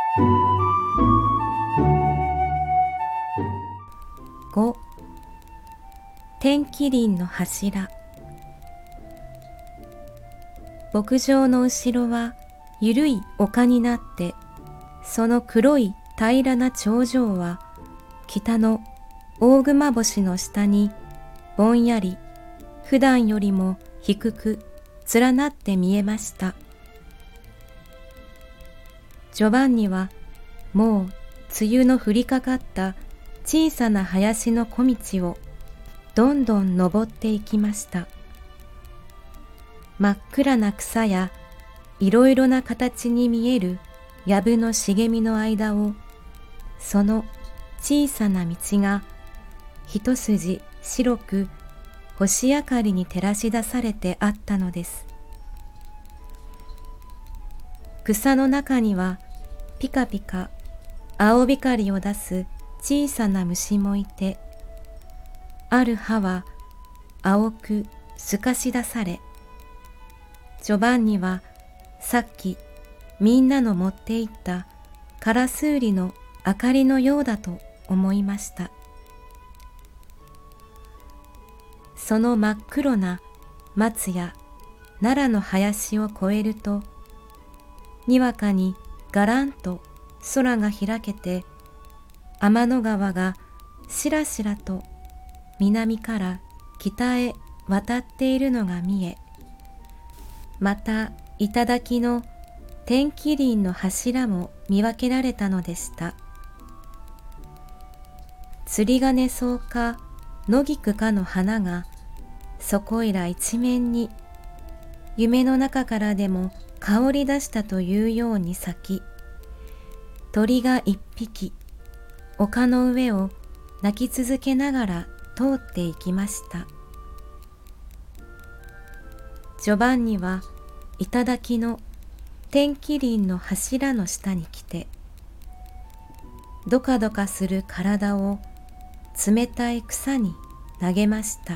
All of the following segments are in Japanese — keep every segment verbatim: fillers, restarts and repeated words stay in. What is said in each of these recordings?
ご、天気輪の柱。牧場の後ろはゆるい丘になって、その黒い平らな頂上は北の大熊星の下にぼんやり普段よりも低く連なって見えました。ジョバンニはもう梅雨の降りかかった小さな林の小道をどんどん登っていきました。真っ暗な草やいろいろな形に見える藪の茂みの間を、その小さな道が一筋白く星明かりに照らし出されてあったのです。草の中にはピカピカ青光を出す小さな虫もいて、ある葉は青く透かし出され、ジョバンニはさっきみんなの持っていったカラスウリの明かりのようだと思いました。その真っ黒な松や奈良の林を越えると、にわかにがらんと空が開けて、天の川がしらしらと南から北へ渡っているのが見え、また頂の天気輪の柱も見分けられたのでした。釣り鐘草か野菊かの花がそこいら一面に夢の中からでも香り出したというように咲き、鳥が一匹丘の上を鳴き続けながら通っていきました。ジョバンニは頂の天気輪の柱の下に来て、どかどかする体を冷たい草に投げました。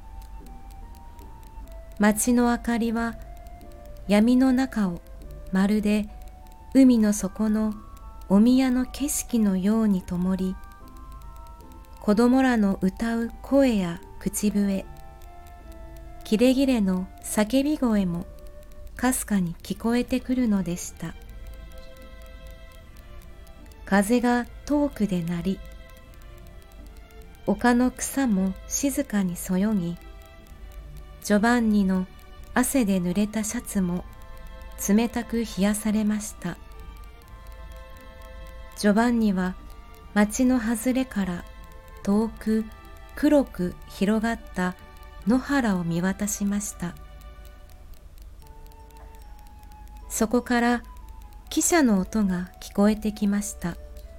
街の明かりは闇の中をまるで海の底のお宮の景色のように灯り、子供らの歌う声や口笛、キレキレの叫び声もかすかに聞こえてくるのでした。風が遠くで鳴り、丘の草も静かにそよぎ、ジョバンニの汗で濡れたシャツも冷たく冷やされました。ジョバンニは町の外れから遠く黒く広がった野原を見渡しました。そこから汽車の音が聞こえてきました。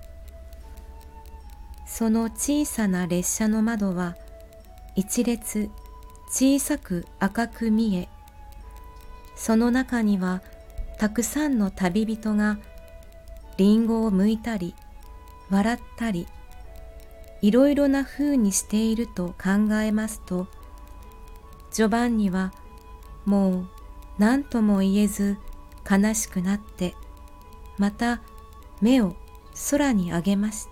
その小さな列車の窓は一列小さく赤く見え、その中にはたくさんの旅人がリンゴを剥いたり笑ったりいろいろな風にしていると考えますと、ジョバンニはもう何とも言えず悲しくなって、また目を空に上げました。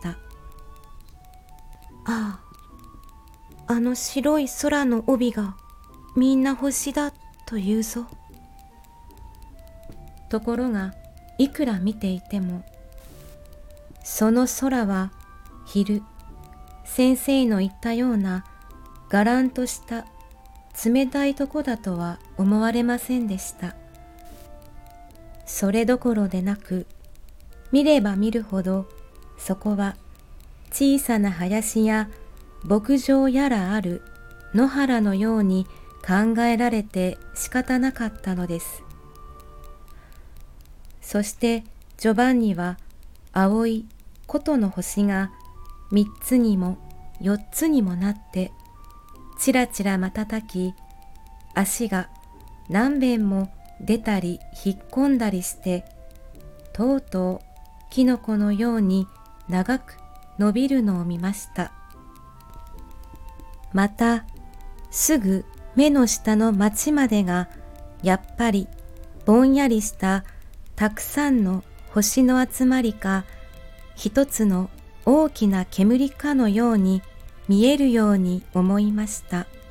ああ、あの白い空の帯がみんな星だというぞ。ところがいくら見ていても、その空は昼、先生の言ったようながらんとした冷たいとこだとは思われませんでした。それどころでなく、見れば見るほどそこは小さな林や牧場やらある野原のように考えられて仕方なかったのです。そしてジョバンニは青い琴の星が三つにも四つにもなってちらちら瞬き、足が何遍も出たり引っ込んだりして、とうとうキノコのように長く伸びるのを見ました。またすぐ目の下の町までがやっぱりぼんやりしたたくさんの星の集まりか一つの大きな煙かのように見えるように思いました。